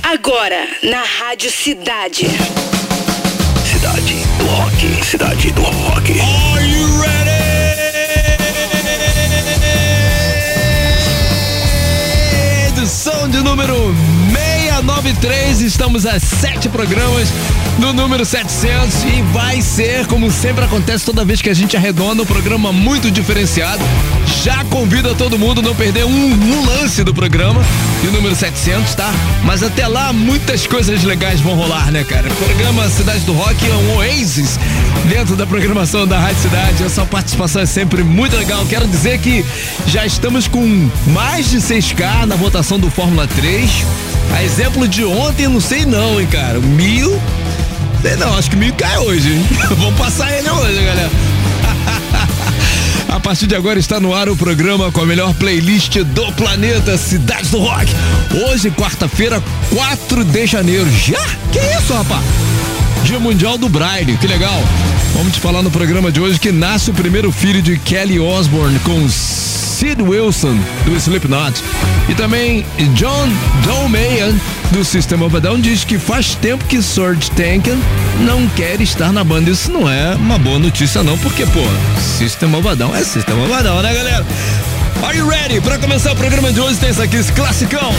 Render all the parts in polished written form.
Agora, na Rádio Cidade. Cidade do Rock. Cidade do Rock. Are you ready? Edição de número 693. Estamos a 7 programas no número 700 e vai ser, como sempre acontece toda vez que a gente arredonda, um programa muito diferenciado. Já convido a todo mundo a não perder um lance do programa de número 700, tá? Mas até lá muitas coisas legais vão rolar, né, cara? O programa Cidade do Rock é um oasis dentro da programação da Rádio Cidade. A sua participação é sempre muito legal. Quero dizer que já estamos com mais de 6K na votação do Fórmula 3. A exemplo de ontem, não sei não, hein, cara. 1.000. Sei não, acho que 1.000 cai hoje, hein? Vamos passar ele hoje, galera. A partir de agora está no ar o programa com a melhor playlist do planeta, Cidade do Rock. Hoje, quarta-feira, 4 de janeiro. Já? Que isso, rapaz? Dia Mundial do Braille, que legal. Vamos te falar no programa de hoje que nasce o primeiro filho de Kelly Osbourne com Sid Wilson, do Slipknot. E também John Domayan, do System of a Down, diz que faz tempo que Serj Tankian não quer estar na banda. Isso não é uma boa notícia não, porque, pô, System of a Down é System of a Down, né, galera? Are you ready? Pra começar o programa de hoje tem isso aqui, esse classicão.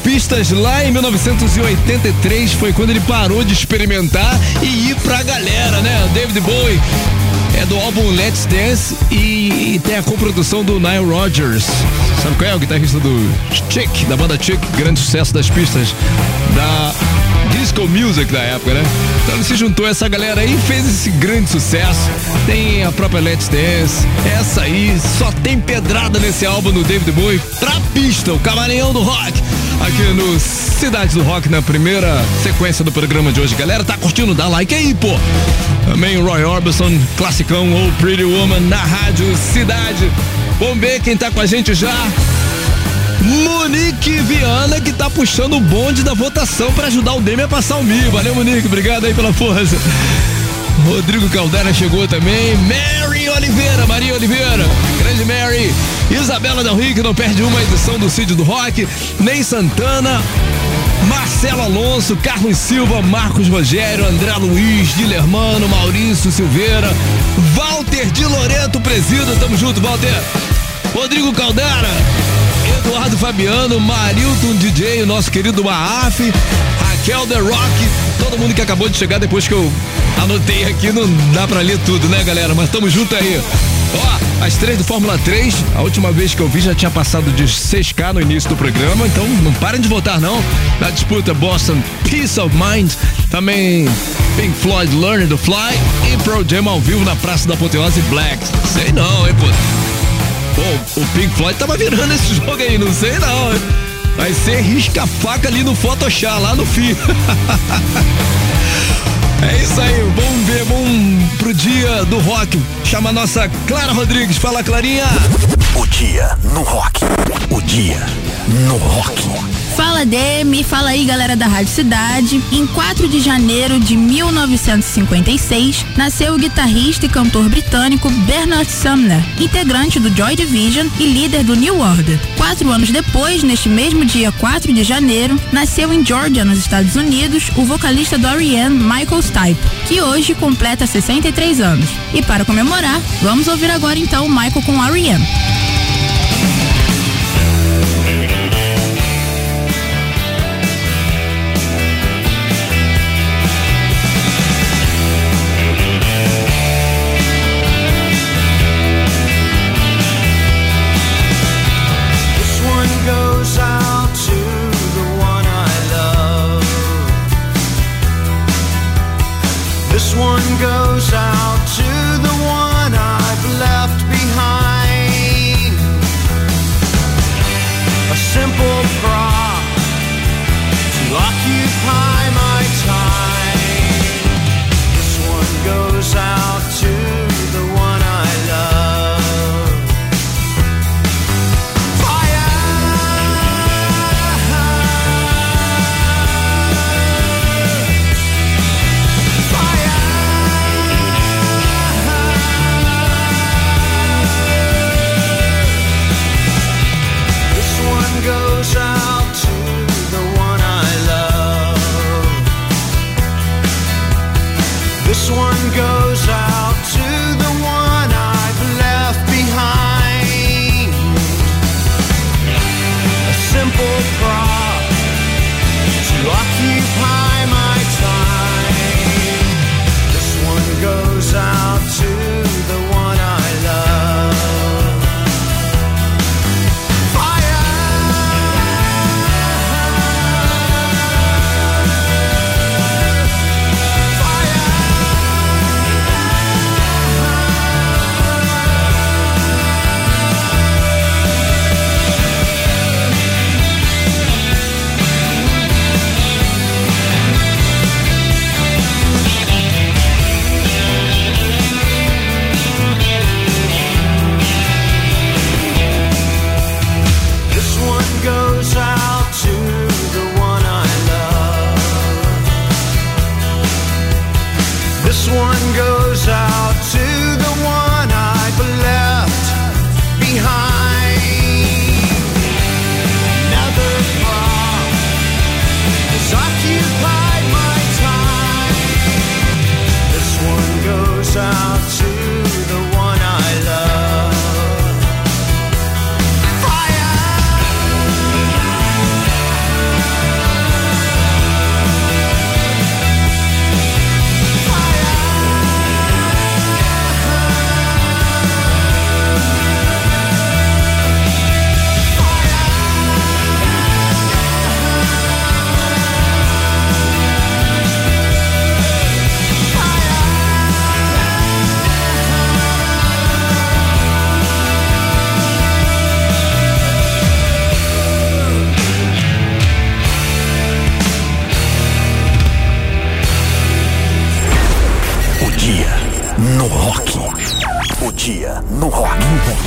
pistas lá em 1983, foi quando ele parou de experimentar e ir pra galera, né? David Bowie é do álbum Let's Dance e tem a coprodução do Nile Rodgers. Sabe qual é? O guitarrista do Chick, da banda Chick, grande sucesso das pistas da disco music da época, né? Então ele se juntou a essa galera aí e fez esse grande sucesso. Tem a própria Let's Dance, essa aí, só tem pedrada nesse álbum do David Bowie pra pista, o Camaleão do Rock, aqui no Cidade do Rock, na primeira sequência do programa de hoje. Galera, tá curtindo? Dá like aí, pô! Também o Roy Orbison, classicão, Oh Pretty Woman, na Rádio Cidade. Vamos ver quem tá com a gente já. Monique Viana, que tá puxando o bonde da votação pra ajudar o Demi a passar o Mi. Valeu, Monique, obrigado aí pela força. Rodrigo Caldera chegou também. Mary Oliveira, Maria Oliveira, grande Mary. Isabela Del Rio, que não perde uma edição do Cid do Rock. Ney Santana, Marcelo Alonso, Carlos Silva, Marcos Rogério, André Luiz, Dilermano, Maurício Silveira, Walter de Loreto, presida, tamo junto, Walter. Rodrigo Caldera, Eduardo Fabiano, Marilton DJ, o nosso querido Maaf, Raquel The Rock, todo mundo que acabou de chegar depois que eu anotei aqui, não dá pra ler tudo, né, galera? Mas tamo junto aí. Ó, as 3 do Fórmula 3, a última vez que eu vi já tinha passado de 6K no início do programa, então não parem de votar não. Na disputa Boston Peace of Mind, também Pink Floyd Learn to Fly e Pearl Jam ao vivo na Praça da Apoteose Black. Sei não, hein, pô. Pô, o Pink Floyd tava virando esse jogo aí, não sei não. Vai ser risca-faca ali no Photoshop, lá no fim. É isso aí, vamos ver, vamos pro dia do rock. Chama a nossa Clara Rodrigues. Fala, Clarinha. O dia no rock. O dia no rock. Fala, Demi, fala aí, galera da Rádio Cidade. Em 4 de janeiro de 1956, nasceu o guitarrista e cantor britânico Bernard Sumner, integrante do Joy Division e líder do New Order. 4 anos depois, neste mesmo dia 4 de janeiro, nasceu em Georgia, nos Estados Unidos, o vocalista do R.E.M., Michael Stipe, que hoje completa 63 anos. E para comemorar, vamos ouvir agora então o Michael com o R.E.M. Goes out to the one I've left behind. A simple prop to occupy my time. This one goes out to the one I love. Fire! Goes out to the one I love. This one goes out to the one I've left behind. A simple prop to occupy my time. This one goes out to the one I love. dia no rock. O dia no rock.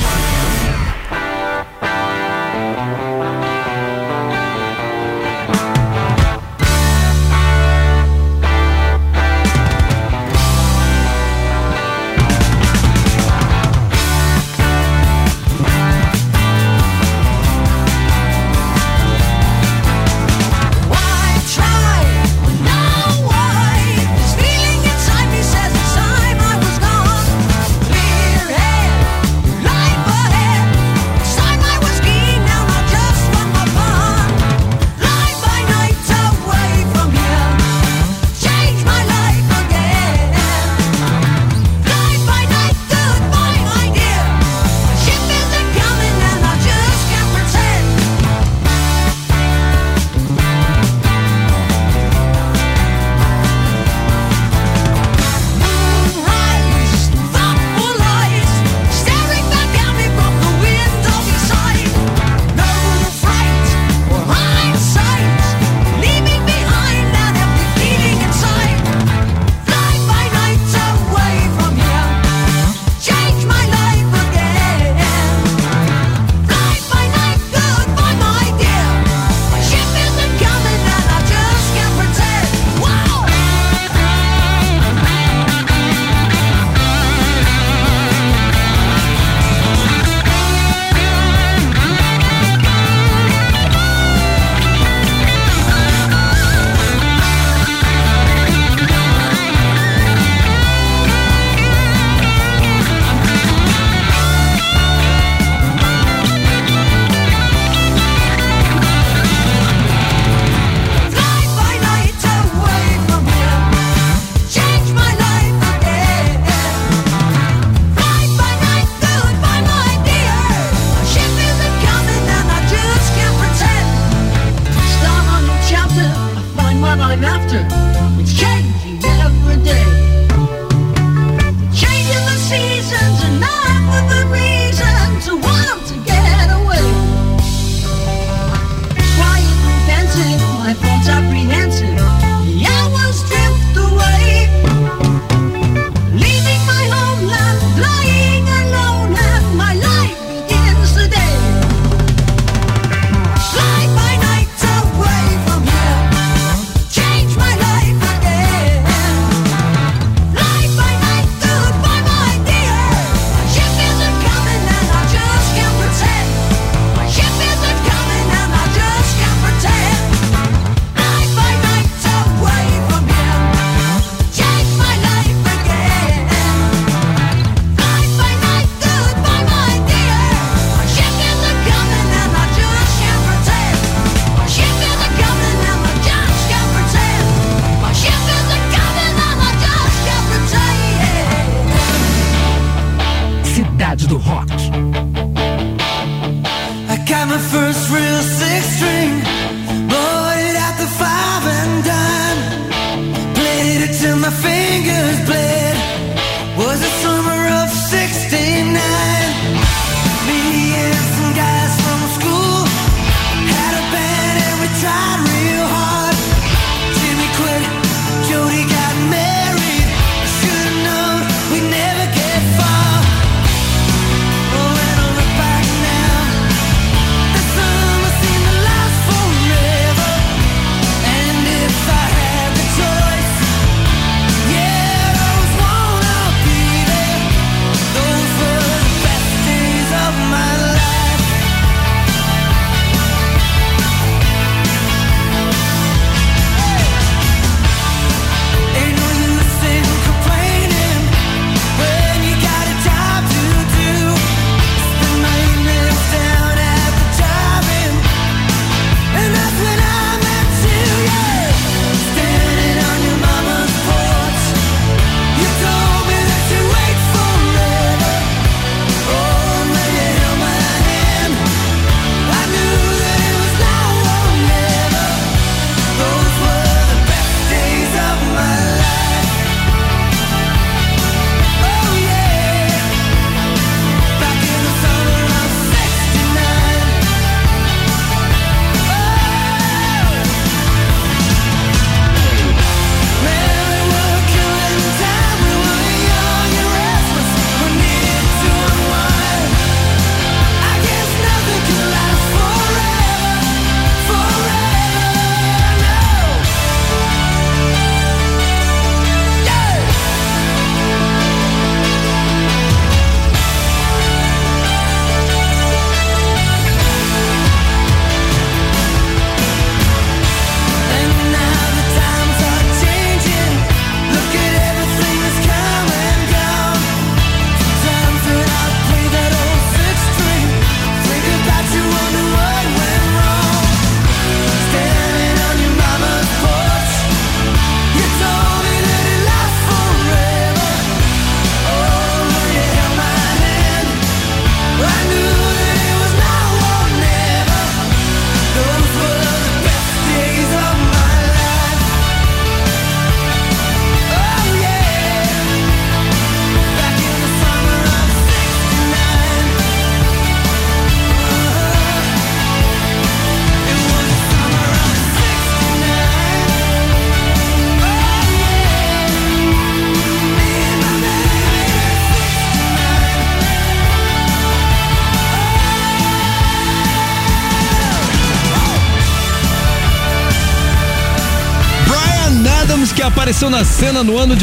Do rock. I got my first real six string, bought it at the 5 and dime, played it till my fingers bled. Was the summer of '69. Me and some guys from school had a band and we tried real hard. Jimmy quit, Jody got married. Should've known we'd never get far. Forever, and if I had the choice, yeah, those apareceu na cena no ano de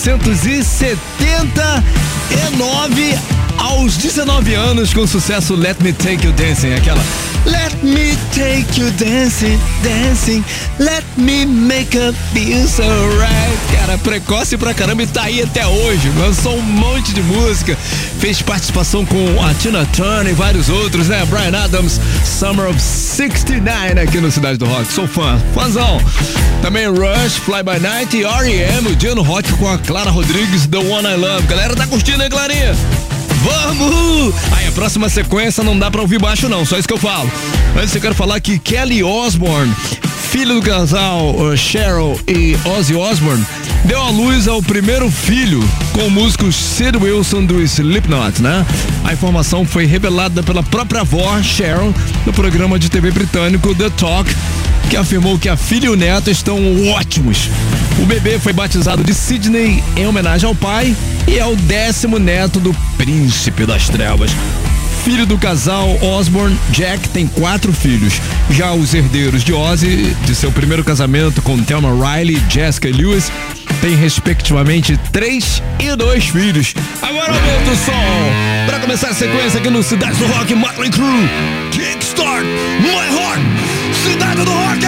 1979, aos 19 anos, com o sucesso Let Me Take You Dancing, aquela Let me take you dancing, dancing, let me make a feel so right. Cara, precoce pra caramba e tá aí até hoje. Lançou um monte de música, fez participação com a Tina Turner e vários outros, né? Bryan Adams, Summer of 69 aqui no Cidade do Rock. Sou fãzão. Também Rush, Fly By Night e R.E.M., o dia no rock com a Clara Rodrigues, The One I Love. Galera, tá curtindo, hein, Clarinha? Vamos! Aí a próxima sequência não dá pra ouvir baixo não, só isso que eu falo. Antes eu quero falar que Kelly Osbourne, filho do casal Cheryl e Ozzy Osbourne, deu à luz ao primeiro filho com o músico Sid Wilson do Slipknot, né? A informação foi revelada pela própria avó Cheryl no programa de TV britânico The Talk, que afirmou que a filha e o neto estão ótimos. O bebê foi batizado de Sidney em homenagem ao pai e é o 10º neto do Príncipe das Trevas. Filho do casal Osbourne, Jack tem 4 filhos. Já os herdeiros de Ozzy, de seu primeiro casamento com Thelma Riley, Jessica e Lewis, têm respectivamente 3 e 2 filhos. Agora aumenta o som para começar a sequência aqui no Cidade do Rock, Motley Crue, Kickstart My Heart, Cidade do Rock.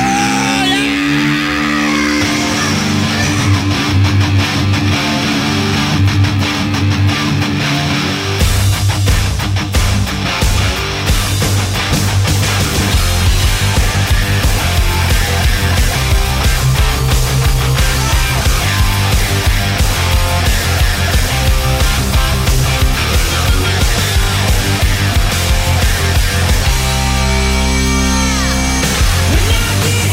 When I get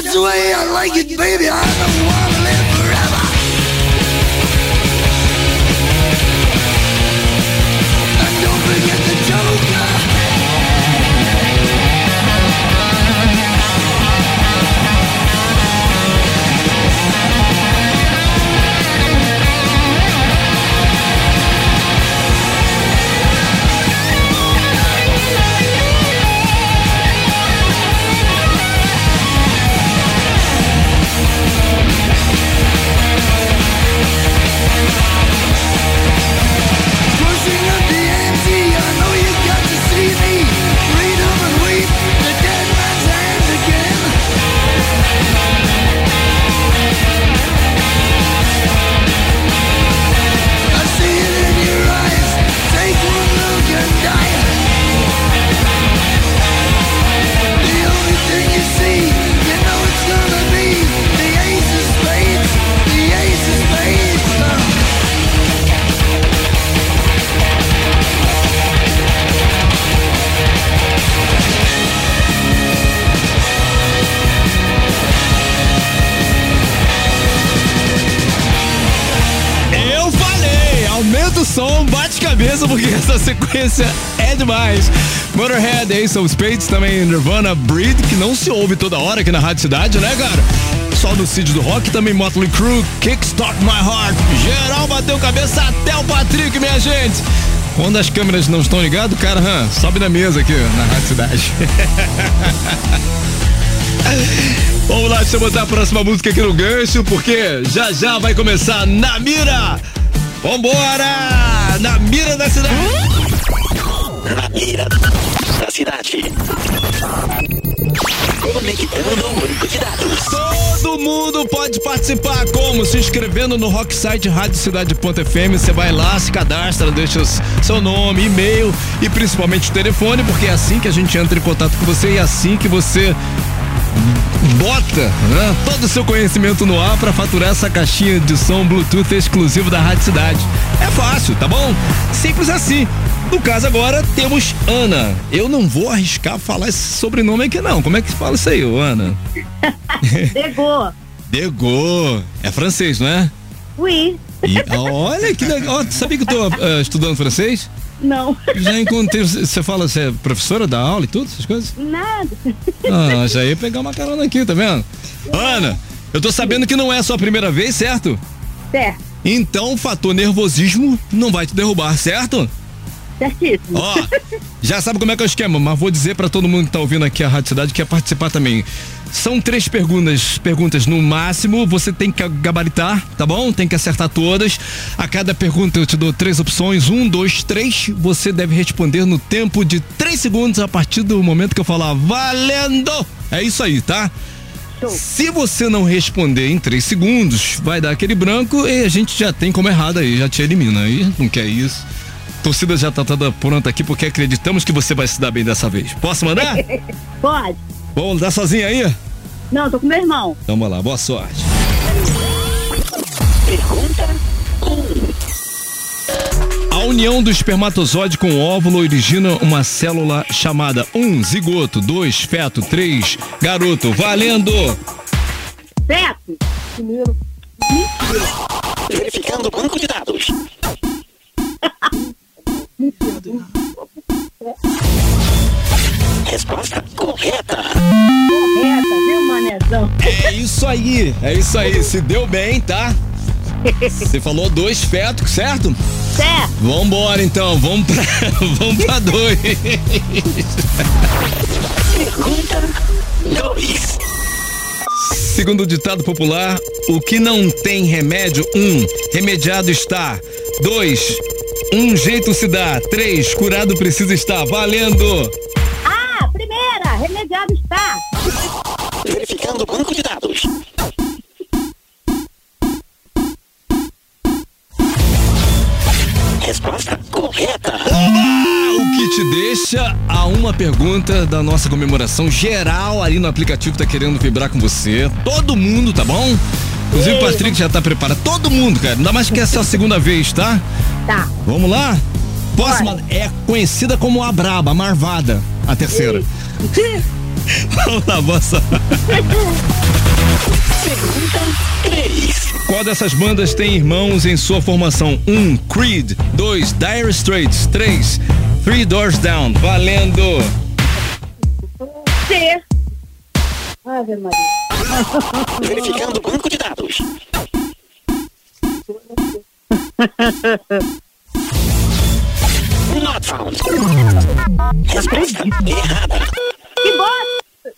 That's the way I like it, baby. I don't wanna live forever. And don't forget the Joker. Aumenta o som, bate cabeça, porque essa sequência é demais. Motorhead, Ace of Spades, também Nirvana, Breed, que não se ouve toda hora aqui na Rádio Cidade, né, cara? Só no Cid do Rock, também Motley Crue, Kickstart My Heart. Geral bateu cabeça até o Patrick, minha gente. Quando as câmeras não estão ligadas, cara, sobe na mesa aqui na Rádio Cidade. Vamos lá, deixa eu botar a próxima música aqui no gancho, porque já vai começar Na Mira. Vambora! Na mira da cidade! Na mira da cidade. Conectando o banco de dados. Todo mundo pode participar, como? Se inscrevendo no Rocksite radiocidade.fm. Você vai lá, se cadastra, deixa seu nome, e-mail e principalmente o telefone, porque é assim que a gente entra em contato com você e é assim que você bota, né, todo o seu conhecimento no ar para faturar essa caixinha de som Bluetooth exclusivo da Rádio Cidade. É fácil, tá bom? Simples assim. No caso agora temos Ana. Eu não vou arriscar falar esse sobrenome aqui não. Como é que fala isso aí, Ana? Degô. Degô. É francês, não é? Oui. Olha que legal. Sabia que eu tô estudando francês? Não. Já encontrei. Você fala, você é professora da aula e tudo, essas coisas? Nada. Ah, já ia pegar uma carona aqui, tá vendo? Ana, eu tô sabendo que não é a sua primeira vez, certo? Certo. Então o fator nervosismo não vai te derrubar, certo? Certíssimo. Ó, já sabe como é que é o esquema, mas vou dizer pra todo mundo que tá ouvindo aqui a Rádio Cidade que quer participar também. São 3 perguntas no máximo, você tem que gabaritar, tá bom? Tem que acertar todas. A cada pergunta eu te dou 3 opções, 1, 2, 3. Você deve responder no tempo de 3 segundos a partir do momento que eu falar valendo. É isso aí, tá? Show. Se você não responder em 3 segundos, vai dar aquele branco e a gente já tem como errado aí, já te elimina. Aí não quer isso. A torcida já tá toda pronta aqui porque acreditamos que você vai se dar bem dessa vez. Posso mandar? Pode. Vamos dar sozinha aí? Não, tô com meu irmão. Então vamos lá, boa sorte. Pergunta 1. A união do espermatozoide com o óvulo origina uma célula chamada 1, zigoto, 2, feto, 3, garoto. Valendo! Feto. Primeiro. Verificando o banco de dados. Resposta correta. Correta, viu, manezão? É isso aí, se deu bem, tá? Você falou 2 fetos, certo? Certo. Vambora então, vamos pra 2. Pergunta 2. Segundo o ditado popular, o que não tem remédio, 1, remediado está. 2, um jeito se dá. 3, curado precisa estar. Valendo! Ah, primeira, remediado está. Verificando o banco de dados. Resposta correta. Oba! O que te deixa a uma pergunta da nossa comemoração geral ali no aplicativo tá querendo vibrar com você. Todo mundo, tá bom? Inclusive o Patrick já tá preparado. Todo mundo, cara. Ainda mais que essa é a segunda vez, tá? Tá. Vamos lá? Próxima é conhecida como a Braba, a Marvada, a terceira. Vamos lá, moça. Pergunta 3. Qual dessas bandas tem irmãos em sua formação? 1. Creed. 2. Dire Straits. 3. Three Doors Down. Valendo. C. Ave Maria. Verificando o banco de dados. Not found. Resposta errada. Que bosta!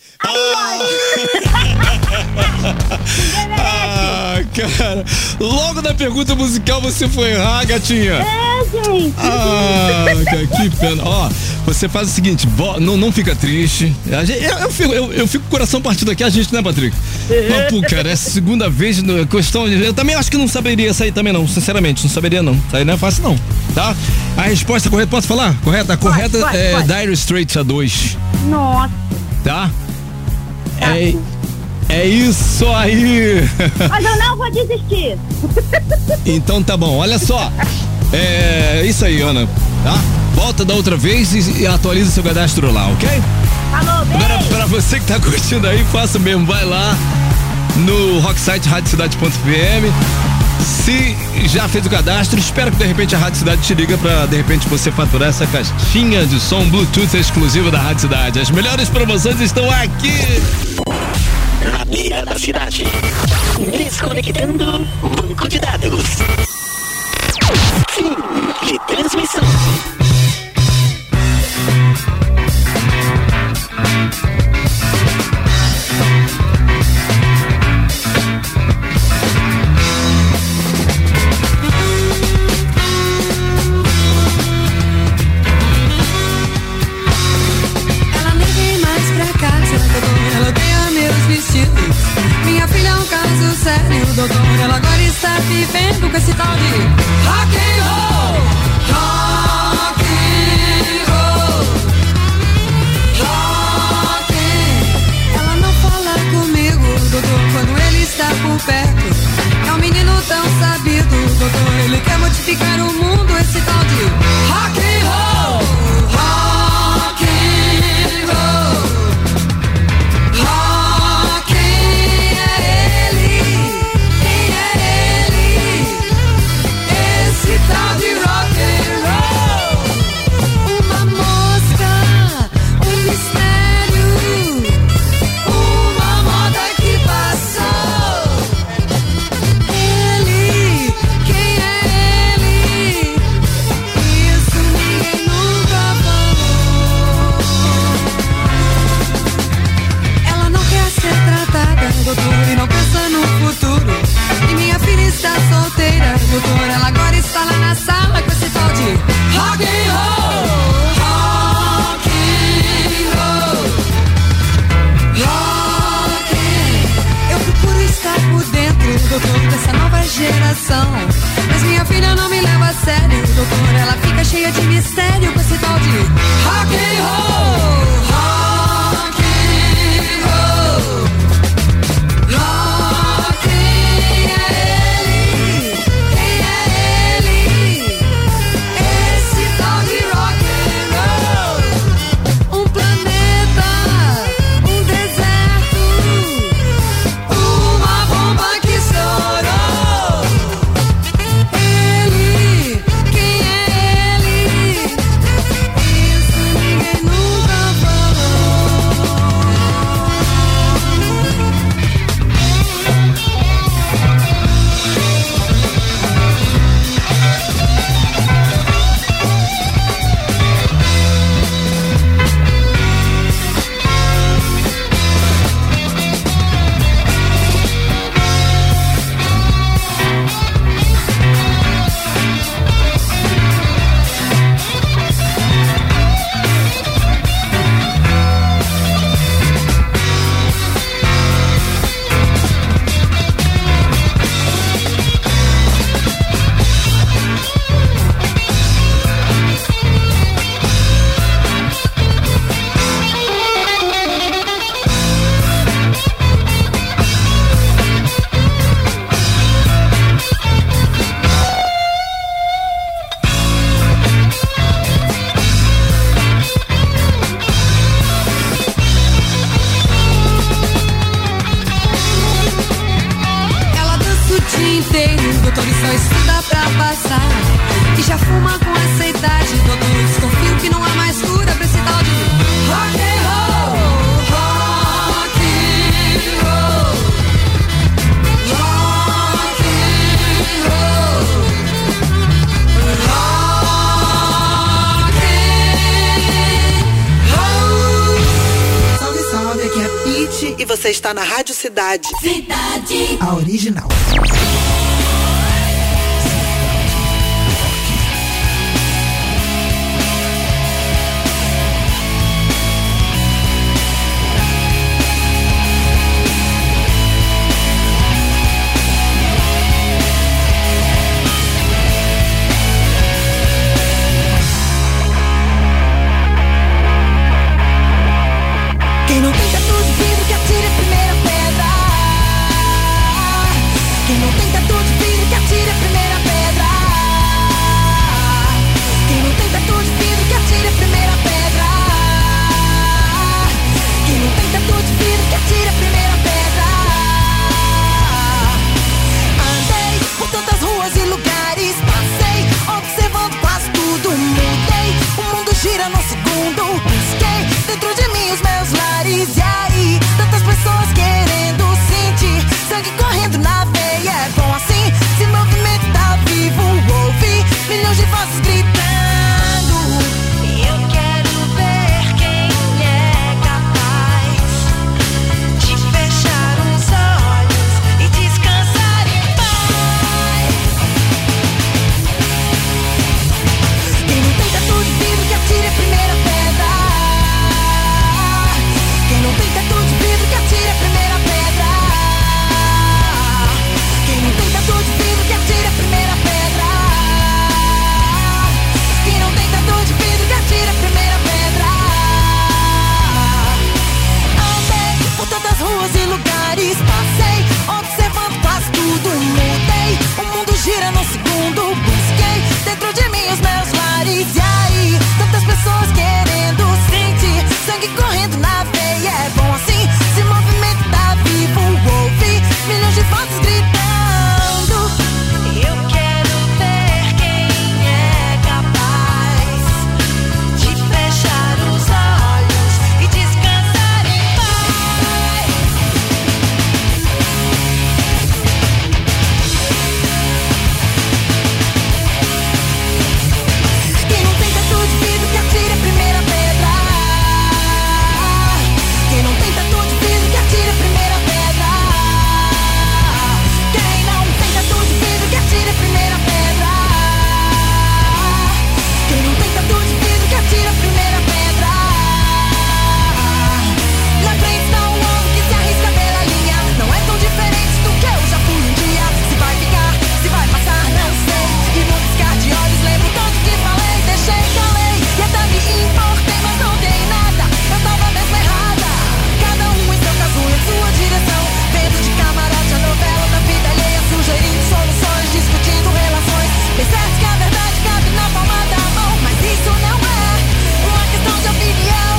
Cara, logo na pergunta musical você foi errar, gatinha. É, gente. Cara, que pena. Ó, você faz o seguinte, não fica triste. Eu fico com o coração partido aqui, a gente, né, Patrick? Mas, pô, cara, é a segunda vez, questão de... Eu também acho que não saberia sair também não, sinceramente, não saberia não. Isso aí não é fácil não, tá? A resposta correta, posso falar? Correta? A correta é pode. Dire Straits, a 2. Nossa. Tá? É isso aí. Mas eu não vou desistir. Então tá bom, olha só. É isso aí, Ana, tá? Volta da outra vez e atualiza seu cadastro lá, ok? Falou, bem. Agora, pra você que tá curtindo aí, faça mesmo, vai lá no rocksite radiocidade.fm. Se já fez o cadastro, espero que de repente a Rádio Cidade te liga pra de repente você faturar essa caixinha de som Bluetooth exclusiva da Rádio Cidade. As melhores promoções estão aqui. Na beira da cidade. Desconectando banco de dados. Fim de transmissão. Doutor, ela agora está vivendo com esse tal de rock and roll, rock and roll, rock and... Ela não fala comigo, doutor, quando ele está por perto. É um menino tão sabido, doutor, ele quer modificar o mundo, esse tal de rock and roll, rock and roll, rock and... Tal de rock and roll. Uma mosca, um mistério, uma moda que passou. Ele, quem é ele? Isso ninguém nunca falou. Ela não quer ser tratada, doutor, e não pensa no futuro. E minha filha está solteira, doutor, ela agora está lá na sala com esse tal de rock and roll, rock and roll, rock and... Eu procuro estar por dentro, doutor, dessa nova geração. Mas minha filha não me leva a sério, doutor, ela fica cheia de mistério com esse tal de rock and roll, rock and roll, rock and... Quem é ele? Isso ninguém nunca doutor, e só estuda pra passar. E já fuma com essa idade, doutor, desconfio que não há mais cura pra esse tal de rock and roll, rock and roll, rock and roll, rock and roll. Salve, salve, aqui é Pete e você está na Rádio Cidade. Cidade. A original. Quem não tem tatu de vidro que atire a primeira pedra. Quem não tem tatu de vidro que atire a primeira pedra. Quem não tem tatu de vidro que atire a primeira pedra. Quem não tem tatu de vidro que atire a primeira pedra. Andei por tantas ruas e lugares, passei observando quase tudo. Mudei, o mundo gira num segundo. Busquei dentro de mim os meus lares. E aí, tantas pessoas querendo sentir sangue correndo na veia. É bom assim, se movimento tá vivo. Ouvi milhões de vozes gritando. Eu quero ver quem é capaz de fechar os olhos e descansar em paz. Quem não tem tatu de vidro que atire a primeira pedra. Quem não tem tatu de vidro que atire a primeira pedra. Quem não tem tatu de vidro que atire a primeira pedra. Quem não tem tatu de vidro que atire a primeira pedra. Andei por tantas ruas e lugares, passei observando quase tudo. Mudei, o mundo gira num segundo. Busquei dentro de mim os meus lares. E aí, tantas pessoas querendo sentir sangue correndo na veia. É bom assim, se movimento tá vivo. Ouvi milhões de vozes gritando. Eu quero ver quem é capaz de fechar os olhos e descansar em paz. Quem não tem tatu de vidro que atire a primeira pedra. Quem não tem tatu de vidro que atire a primeira pedra. Quem não tem tatu de vidro que atire a primeira pedra. Quem não tem tatu de vidro que atire a primeira pedra. Na frente está um homem que se arrisca pela linha. Não é tão diferente do que eu já fui um dia. Se vai ficar, se vai passar, não sei. E no piscar de olhos lembro tanto que falei. Deixei, calei e até me importei, mas não dei nada. Eu tava mesmo errada. Cada um em seu caso, em sua direção. Vendo de camarote a novela da vida alheia, sugerindo soluções, discutindo relações. Bem certo que a verdade cabe na palma da mão, mas isso não é uma questão de opinião.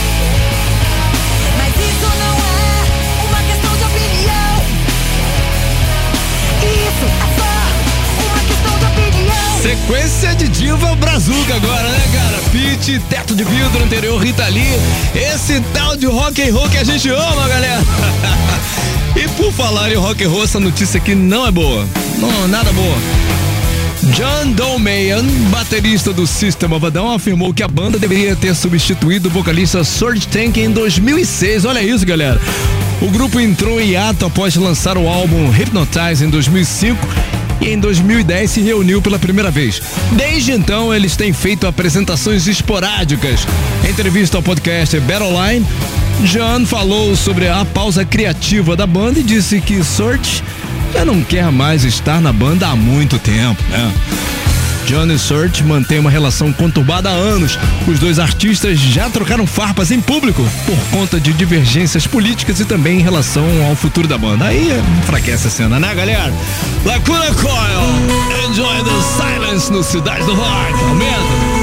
Mas isso não é uma questão de opinião. Isso é só uma questão de opinião. Sequência de diva brazuca agora, né, cara? Pete, Teto de Vidro, anterior Rita Lee. Esse tal de rock and roll que a gente ama, galera. E por falar em rock and roll, essa notícia aqui não é boa. Não, nada boa. John Dolmayan, baterista do System of a Down, afirmou que a banda deveria ter substituído o vocalista Serj Tank em 2006. Olha isso, galera. O grupo entrou em hiato após lançar o álbum Hypnotize em 2005 e em 2010 se reuniu pela primeira vez. Desde então, eles têm feito apresentações esporádicas. Em entrevista ao podcast Battle Line, John falou sobre a pausa criativa da banda e disse que Serj já não quer mais estar na banda há muito tempo, né? John e Serj mantêm uma relação conturbada há anos. Os dois artistas já trocaram farpas em público por conta de divergências políticas e também em relação ao futuro da banda. Aí enfraquece a cena, né, galera? Lacuna Coil, Enjoy the Silence no Cidade do Rock. Aumenta.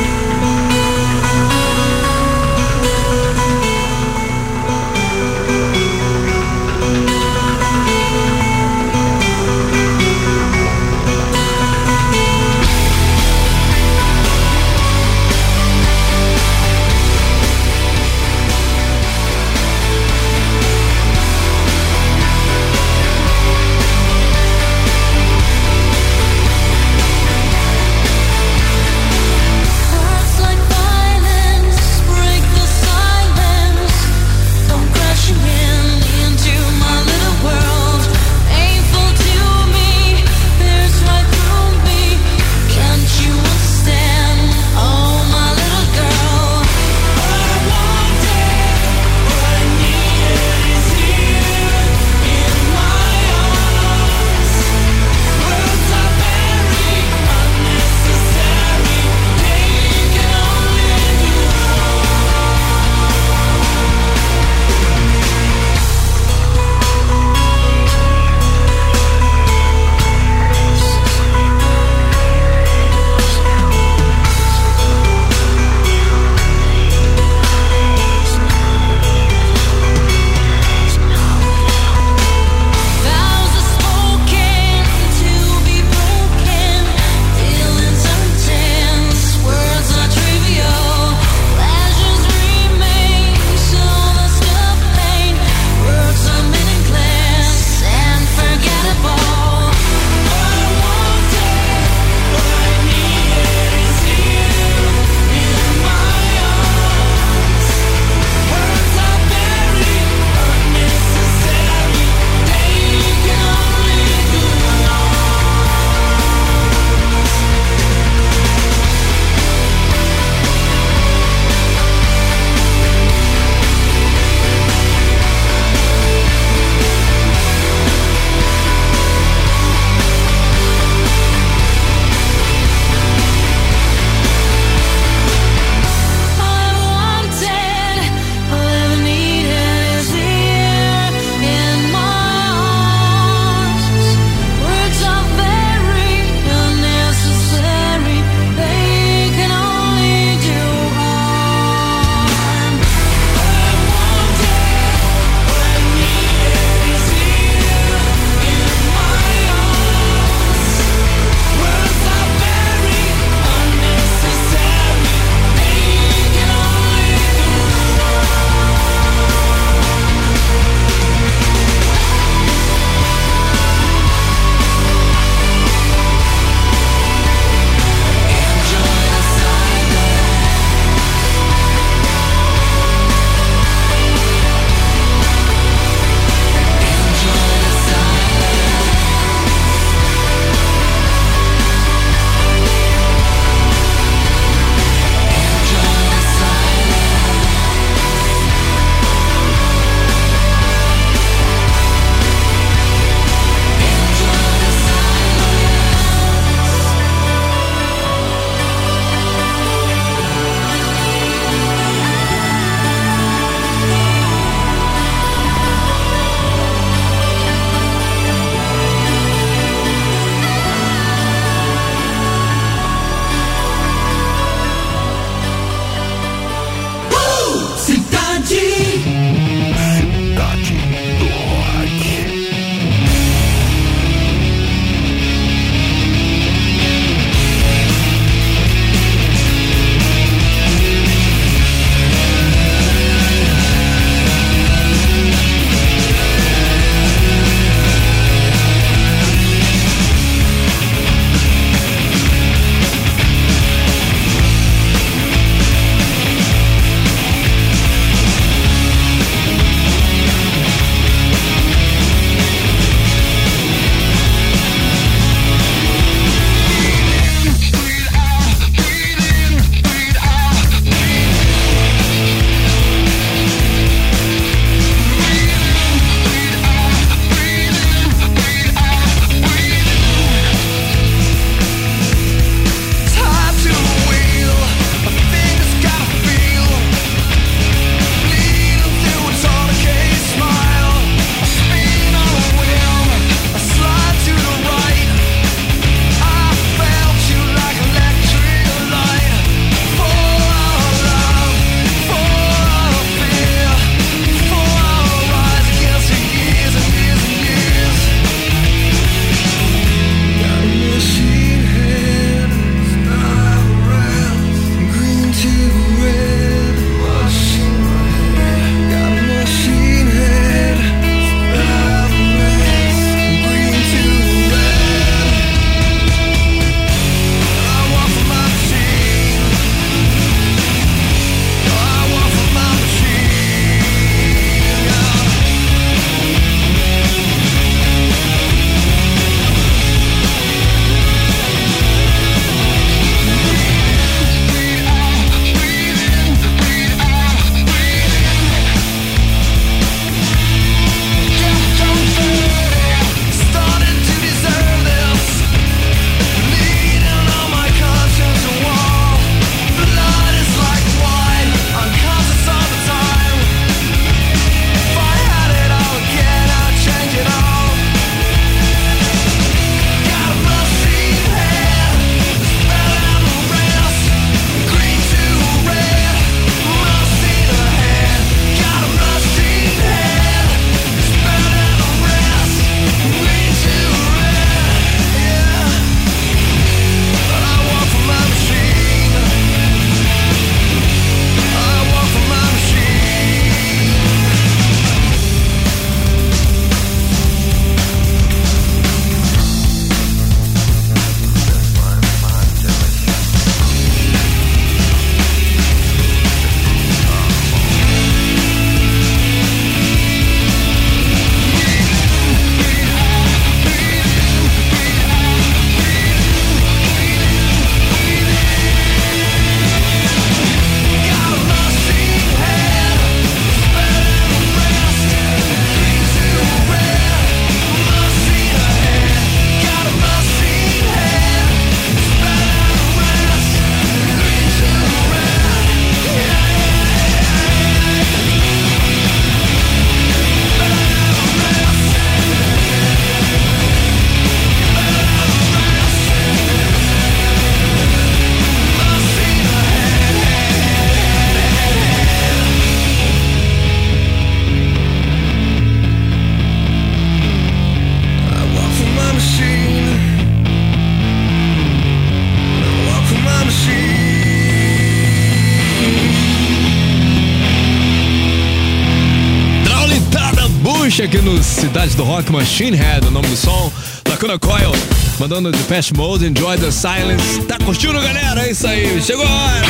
Fish aqui no Cidade do Rock, Machine Head, o nome do som. Lacuna Coil, mandando Depeche Mode, Enjoy the Silence. Tá curtindo, galera? É isso aí, chegou a hora.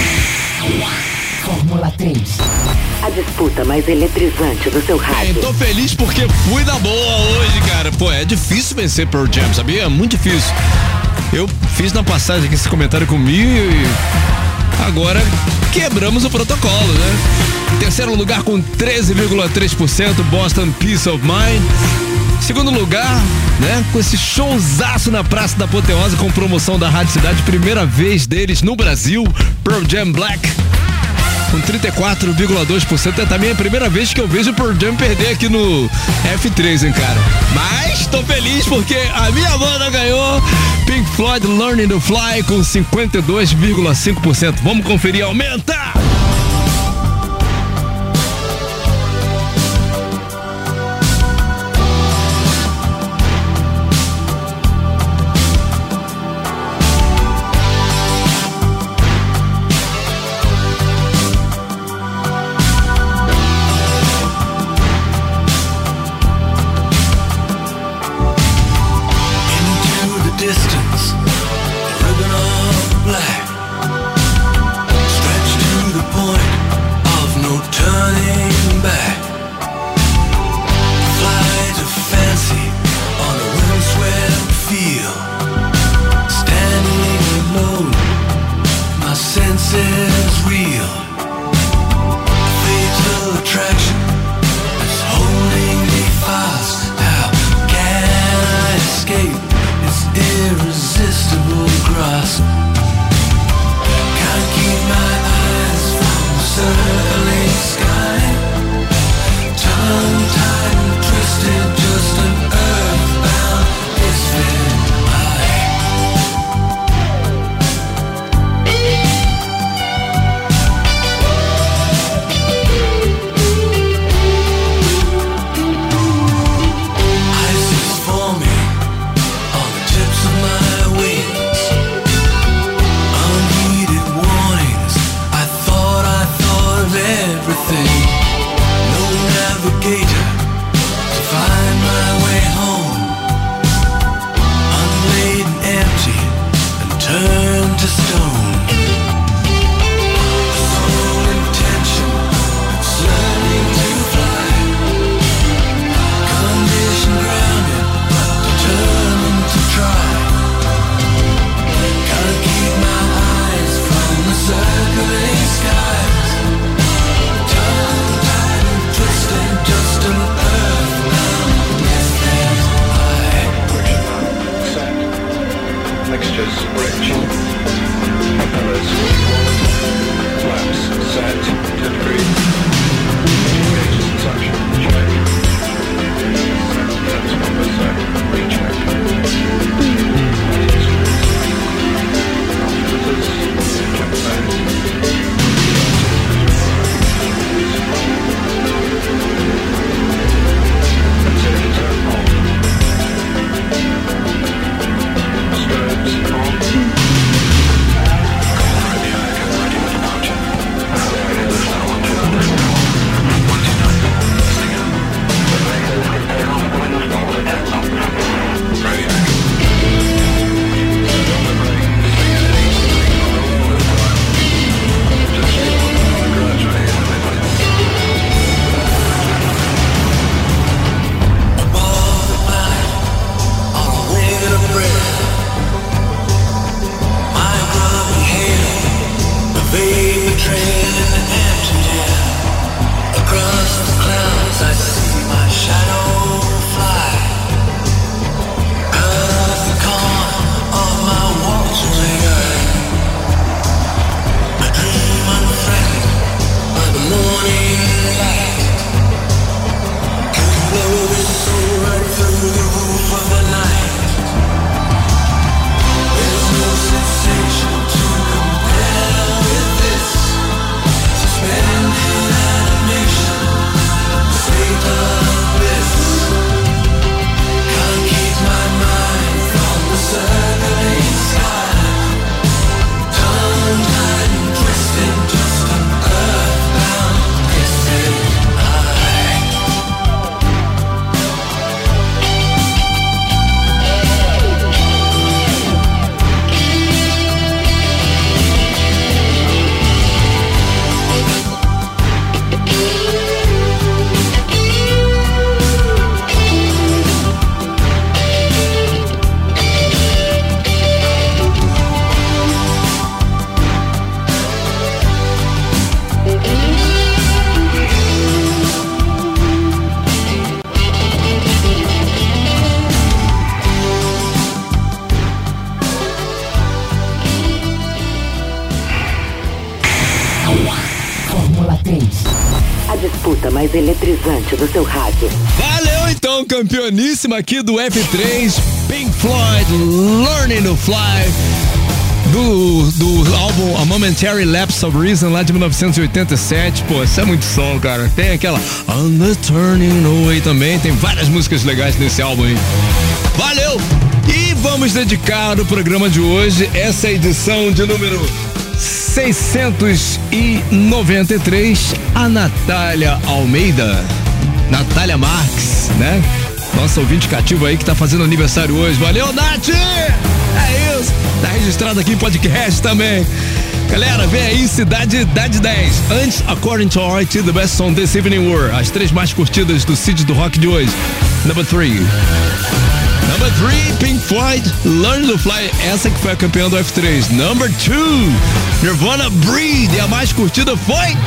Fórmula 3. A disputa mais eletrizante do seu rádio. Tô feliz porque fui da boa hoje, cara. Pô, é difícil vencer Pearl Jam, sabia? É muito difícil. Eu fiz na passagem aqui esse comentário comigo e agora quebramos o protocolo, né? Terceiro lugar com 13,3%, Boston Peace of Mind. Segundo lugar, né, com esse showzaço na Praça da Apoteose com promoção da Rádio Cidade, primeira vez deles no Brasil, Pearl Jam Black, com 34,2%. É também a primeira vez que eu vejo o Pearl Jam perder aqui no F3, hein, cara. Mas tô feliz porque a minha banda ganhou. Pink Floyd Learning to Fly com 52,5%. Vamos conferir, aumenta! This eletrizante do seu rádio. Valeu então, campeoníssima aqui do F3, Pink Floyd, Learning to Fly, do álbum A Momentary Lapse of Reason, lá de 1987. Pô, isso é muito som, cara. Tem aquela On the Turning Away também, tem várias músicas legais nesse álbum aí. Valeu! E vamos dedicar o programa de hoje, essa edição de número 693, a Natália Almeida, Natália Marques, né? Nossa ouvinte cativa aí que tá fazendo aniversário hoje. Valeu, Nath! É isso! Tá registrado aqui em podcast também. Galera, vem aí Cidade 10. Antes, According to RT, the best song this evening were as 3 mais curtidas do Cid do Rock de hoje. Number 3, Pink Floyd, Learn to Fly, essa que foi a campeã do F3. Number 2, Nirvana, Breathe, e a mais curtida foi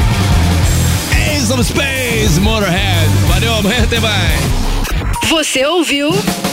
Ace of Space, Motorhead. Valeu, amanhã até mais. Você ouviu